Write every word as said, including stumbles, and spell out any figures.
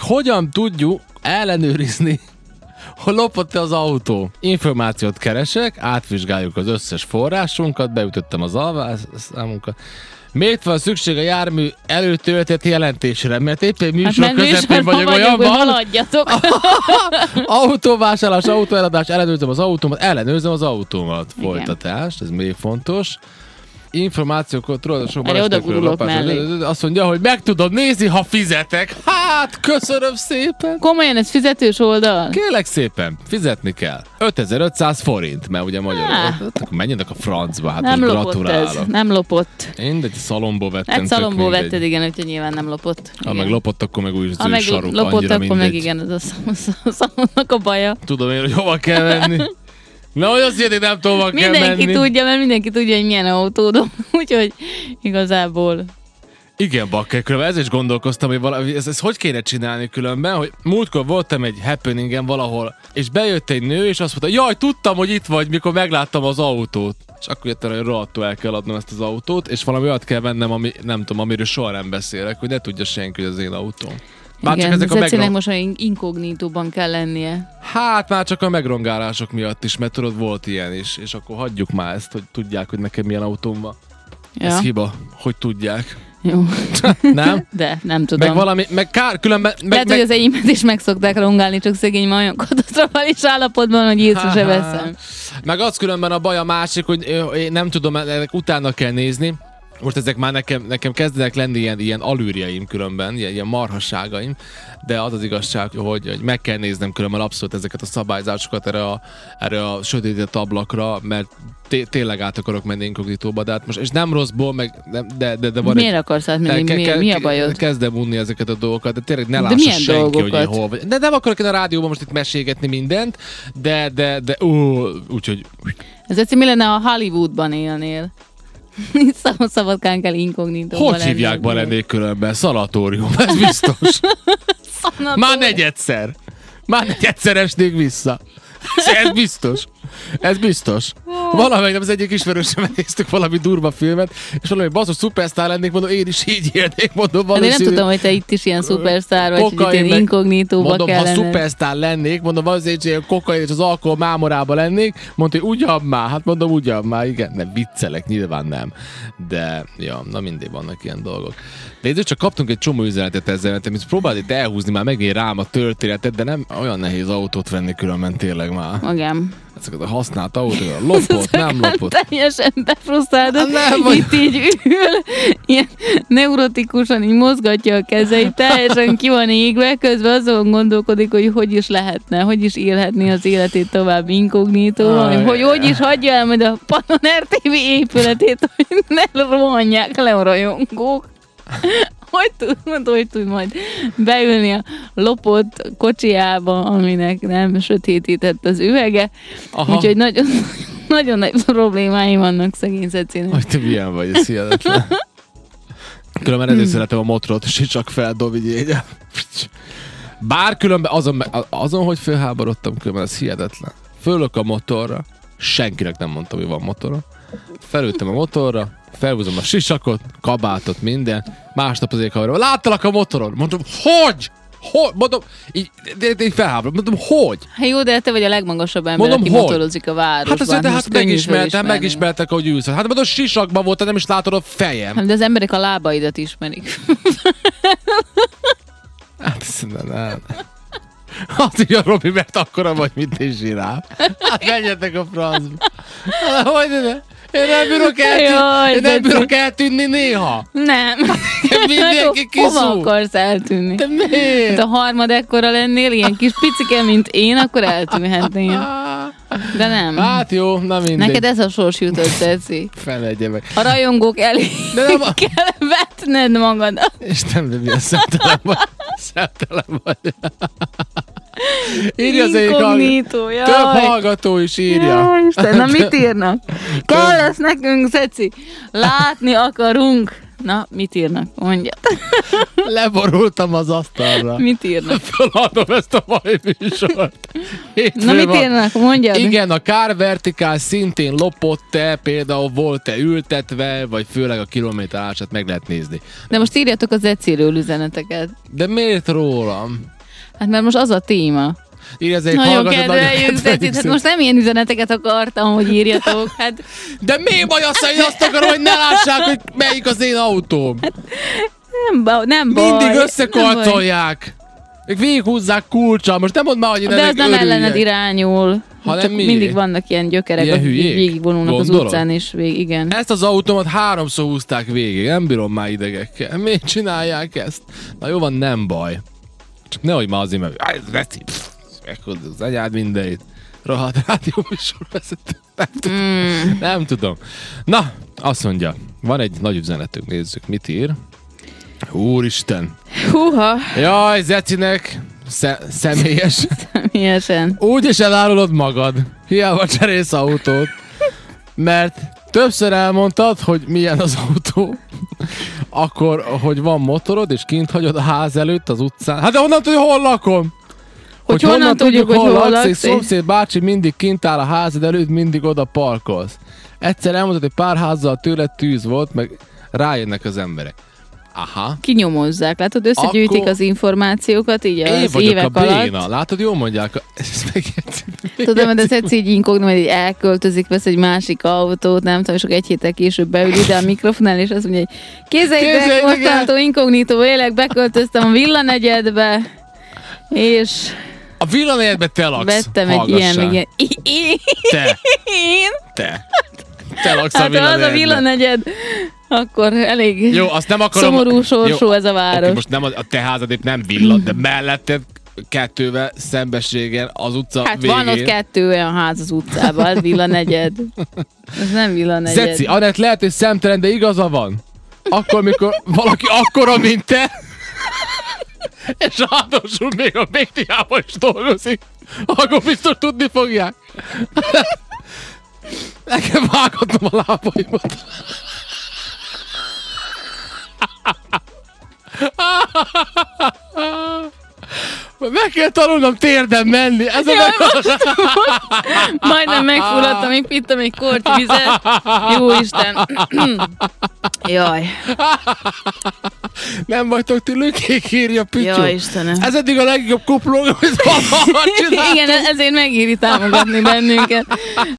hogyan tudjuk ellenőrizni, hogy lopott-e az autó. Információt keresek, átvizsgáljuk az összes forrásunkat, beütöttem az alvászámunkat. Miért van szükség a jármű előtöltett jelentésre? Mert éppen műsor hát közepén vagyok olyanban. Haladjatok. Autóvásárlás, autóeladás, ellenőrzöm az autómat, ellenőrzöm az autómat. Folytatás, ez még fontos. Információkat tudod, sok azt mondja, hogy meg tudom nézni, ha fizetek. Hát, köszönöm szépen. Komolyan, ez fizetős oldal? Kérlek szépen, fizetni kell. ötezer-ötszáz forint, mert ugye magyarul. Hát, menjenek a francba, hát nem most lopott gratulálok. Ez, nem lopott. Én egy szalomból vettem. Hát szalomból vetted, igen, úgyhogy nyilván nem lopott. Ha meg lopott, akkor meg úgy ha meg saruk, lopott, annyira akkor mindegy. meg igen, ez a szalomnak a baja. Tudom én, hogy hova kell menni. Na, hogy azt jelenti, nem tudom, hova kell menni. Mindenki tudja, mert mindenki tudja, hogy milyen autódom. Úgyhogy igazából... Igen, bakker, különben ezzel is gondolkoztam, hogy valami, ezt, ezt hogy kéne csinálni különben, hogy múltkor voltam egy happeningen valahol, és bejött egy nő, és azt mondta, jaj, tudtam, hogy itt vagy, mikor megláttam az autót. És akkor jöttem, hogy rohadtul el kell adnom ezt az autót, és valami olyat kell vennem, ami, nem tudom, amiről soha nem beszélek, hogy ne tudja senki, hogy az én autóm. Már igen, csak ezek a megrong... most olyan inkognitóban kell lennie. Hát már csak a megrongálások miatt is, mert tudod, volt ilyen is, és akkor hagyjuk már ezt, hogy tudják, hogy nekem milyen autóm van. Ja. Ez hiba, hogy tudják. Jó. Nem? De, nem tudom. Meg valami, meg kár, különben... Meg, lehet, meg... hogy az enyémet is meg szokták rongálni, csak szegény már olyan katasztrofális állapotban, hogy észre se veszem. Meg az különben a baj a másik, hogy én nem tudom, ennek utána kell nézni. Most ezek már nekem, nekem kezdenek lenni ilyen, ilyen alűrjeim különben, ilyen, ilyen marhasságaim, de az az igazság, hogy, hogy meg kell néznem különben abszolút ezeket a szabályzásokat erre a, erre a sötétített ablakra, mert té- tényleg át akarok menni inkognitóba, de hát most, és nem rosszból, meg, de, de, de van miért egy, akarsz átmenni? Mi, ke- mi a bajod? Kezdem unni ezeket a dolgokat, de tényleg ne lássa senki, dolgokat? Hogy hol vagy. De nem akarok én a rádióban most itt meségetni mindent, de, de, de, ú, úgyhogy... Ez egyszer mi lenne, ha Hollywoodban élnél? Szabadkán kell inkognitóban Hogy hívják ba lennék különben? Szanatórium, ez biztos. Már negyedszer. Már negyedszer esnék vissza. Ez biztos. Ez biztos. Valamelyik nem az egyik ismerősömmel néztük valami durva filmet, és valami basszus szupersztár lennék, mondom, én is így élnék, mondom, valószínű. Hát én nem tudtam, hogy te itt is ilyen szupersztár vagy, hogy itt ilyen inkognitóba mondom, kellene. ha szupersztár lennék, mondom, valószínűleg ilyen kokain és az alkohol mámorában lennék, mondta, hogy ugyan már, hát mondom, ugyan már, igen, nem viccelek, nyilván nem. De, ja, na mindig vannak ilyen dolgok. De így csak kaptunk egy csomó üzenetet ezzel, mert amit próbáld itt elhúzni már megint rám a történetet, de nem olyan nehéz autót venni különben tényleg már. Igen. Ezeket a használt autókat, lopott, nem lopott. Teljesen befrusztrálod, itt így ül, ilyen neurotikusan így mozgatja a kezeit, teljesen ki van égve, közben azon gondolkodik, hogy hogy is lehetne, hogy is élhetni az életét tovább inkognitóval, hogy hogy is hagyja el majd a Pannon er té vé épületét, hogy ne rohanják le a rajongók. Hogy tud, mondta, hogy tud majd beülni a lopott kocsiába, aminek nem sötétített az üvege. Aha. Úgyhogy nagyon, nagyon nagy problémái vannak szegény Cecinek. Hogy te milyen vagy, ez hihetetlen. Különben ezért hmm. szeretem a motorot, és csak fel, Dovigyégyel. Bár különben azon, azon, hogy fölháborodtam, különben ez hihetetlen. Fölök a motorra, senkinek nem mondtam, hogy van motorra. Felültem a motorra, felhúzom a sisakot, kabátot, minden. Másnap azért haverom, láttalak a motoron. Mondom, hogy? Hogy? Mondom, így, így felháborodom. Mondom, hogy? Hát jó, de te vagy a legmagasabb ember, mondom, aki hogy? motorozik a városban. Hát azért, de hát megismertem, megismertek, ahogy ülsz. Hát mondom, sisakban voltam, nem is látod a fejem. Hát, de az emberek a lábaidat ismerik. Hát szerintem nem. Azt így a Robi, mert akkora vagy, mint egy zsiráf. Hát menjetek a francba. Hát, hogy ne? Én nem bírok eltűnni, én nem bírok eltűnni néha. Nem. Mindenki kiszúr. Hova akarsz eltűnni? De miért? Hát a harmad ekkora lennél, ilyen kis picike, mint én, akkor eltűnhetnél. De nem. Hát jó, na mindegy. Neked ez a sors jutott, Ceci. Feledje meg. A rajongók elé de nem a... kell vetned magadat. És nem, de milyen szemtelen vagy. Szemtelen vagy. Írja az egyik hallgató. Több hallgató is írja. Jaj, Isten, na mit írnak? Kell lesz nekünk, Ceci. Látni akarunk. Na, mit írnak? Mondjad. Leborultam az asztalra. Mit írnak? Feladom ezt a mai műsort. Hétfő Na, mit van. írnak? Mondjad. Igen, a Car Vertical szintén lopott-e, például volt-e ültetve, vagy főleg a kilométer állását meg lehet nézni. De most írjatok az Eciről üzeneteket. De miért rólam? Hát mert most az a téma. Nagyon kedveljük, Zeci, hát most nem ilyen üzeneteket akartam, hogy írjatok. Hát... De mi baj az, hogy azt akarom, hogy ne lássák, hogy melyik az én autóm? Hát, nem, ba- nem baj. Mindig összekarcolják. Még végighúzzák kulccsal. Most nem mondd már, hogy én de ez nem ellened irányul. Csak mi? Mindig vannak ilyen gyökerek, ilyen akik végigvonulnak Gondolod? Az utcán is. Vég, igen. Ezt az autómat háromszor húzták végig. Nem bírom már idegekkel. Miért csinálják ezt? Na jó van, nem baj. Csak nehogy már azért, mert ez Reci, meghozzuk az anyád mindenit. Rohadt rádióműsor vezető. Nem tudom. Mm. Nem tudom. Na, azt mondja, van egy nagy üzenetünk, nézzük, mit ír. Úristen. Húha. Jaj, Zecinek sze- személyes. Személyesen. Úgy is elárulod magad. Hiába cserélsz autót. Mert többször elmondtad, hogy milyen az autó. Akkor, hogy van motorod, és kint hagyod a ház előtt az utcán. Hát de honnan tudjuk, hol lakom? Hogy, hogy honnan tudjuk, hogy hol, hol laksz? Egy szomszéd bácsi mindig kint áll a házad előtt, mindig oda parkolsz. Egyszer elmondtad, hogy pár házzal tőled tűz volt, meg rájönnek az emberek. Aha. Kinyomozzák, látod, összegyűjtik Akkor... az információkat, így az évek alatt. Én vagyok a béna, látod, jól mondják. Tudom, de Szeci így inkogni, majd így elköltözik, vesz egy másik autót, nem tudom, és akkor egy héttel később beül ide a mikrofonál, és azt mondja, hogy kézzeljétek, mostantól inkognitó élek, beköltöztem a villanegyedbe, és... A villanegyedbe te laksz. Vettem egy ilyen, ilyen... Te. Én? Te. Te laksz hát a villanegyedbe. Az a villanegyed, akkor elég jó, azt nem akarom... szomorú sorsú jó, ez a város. Okay, most nem a, a te házad épp nem villan, de melletted kettővel szembességen az utca hát végén. van ott kettő olyan ház az utcában, az villanegyed. Ez nem villanegyed. Zeci, Anett lehet, hogy szemtelen, de igaza van. Akkor, mikor valaki akkora, mint te, és ráadásul még a médiában is dolgozik, akkor biztos tudni fogják. Nekem vágatnom a lábaimat. Meg kell tanulnom térden menni. Ez a meg... Majdnem megfulladtam, még pittam egy korty vizet. Jó Isten. Jaj. Nem vagytok ti lükék, írja Pütyó. Jaj, Istenem. Ez eddig a legjobb kuplóg, amit valaha csináltunk. Igen, ezért megéri támogatni bennünket.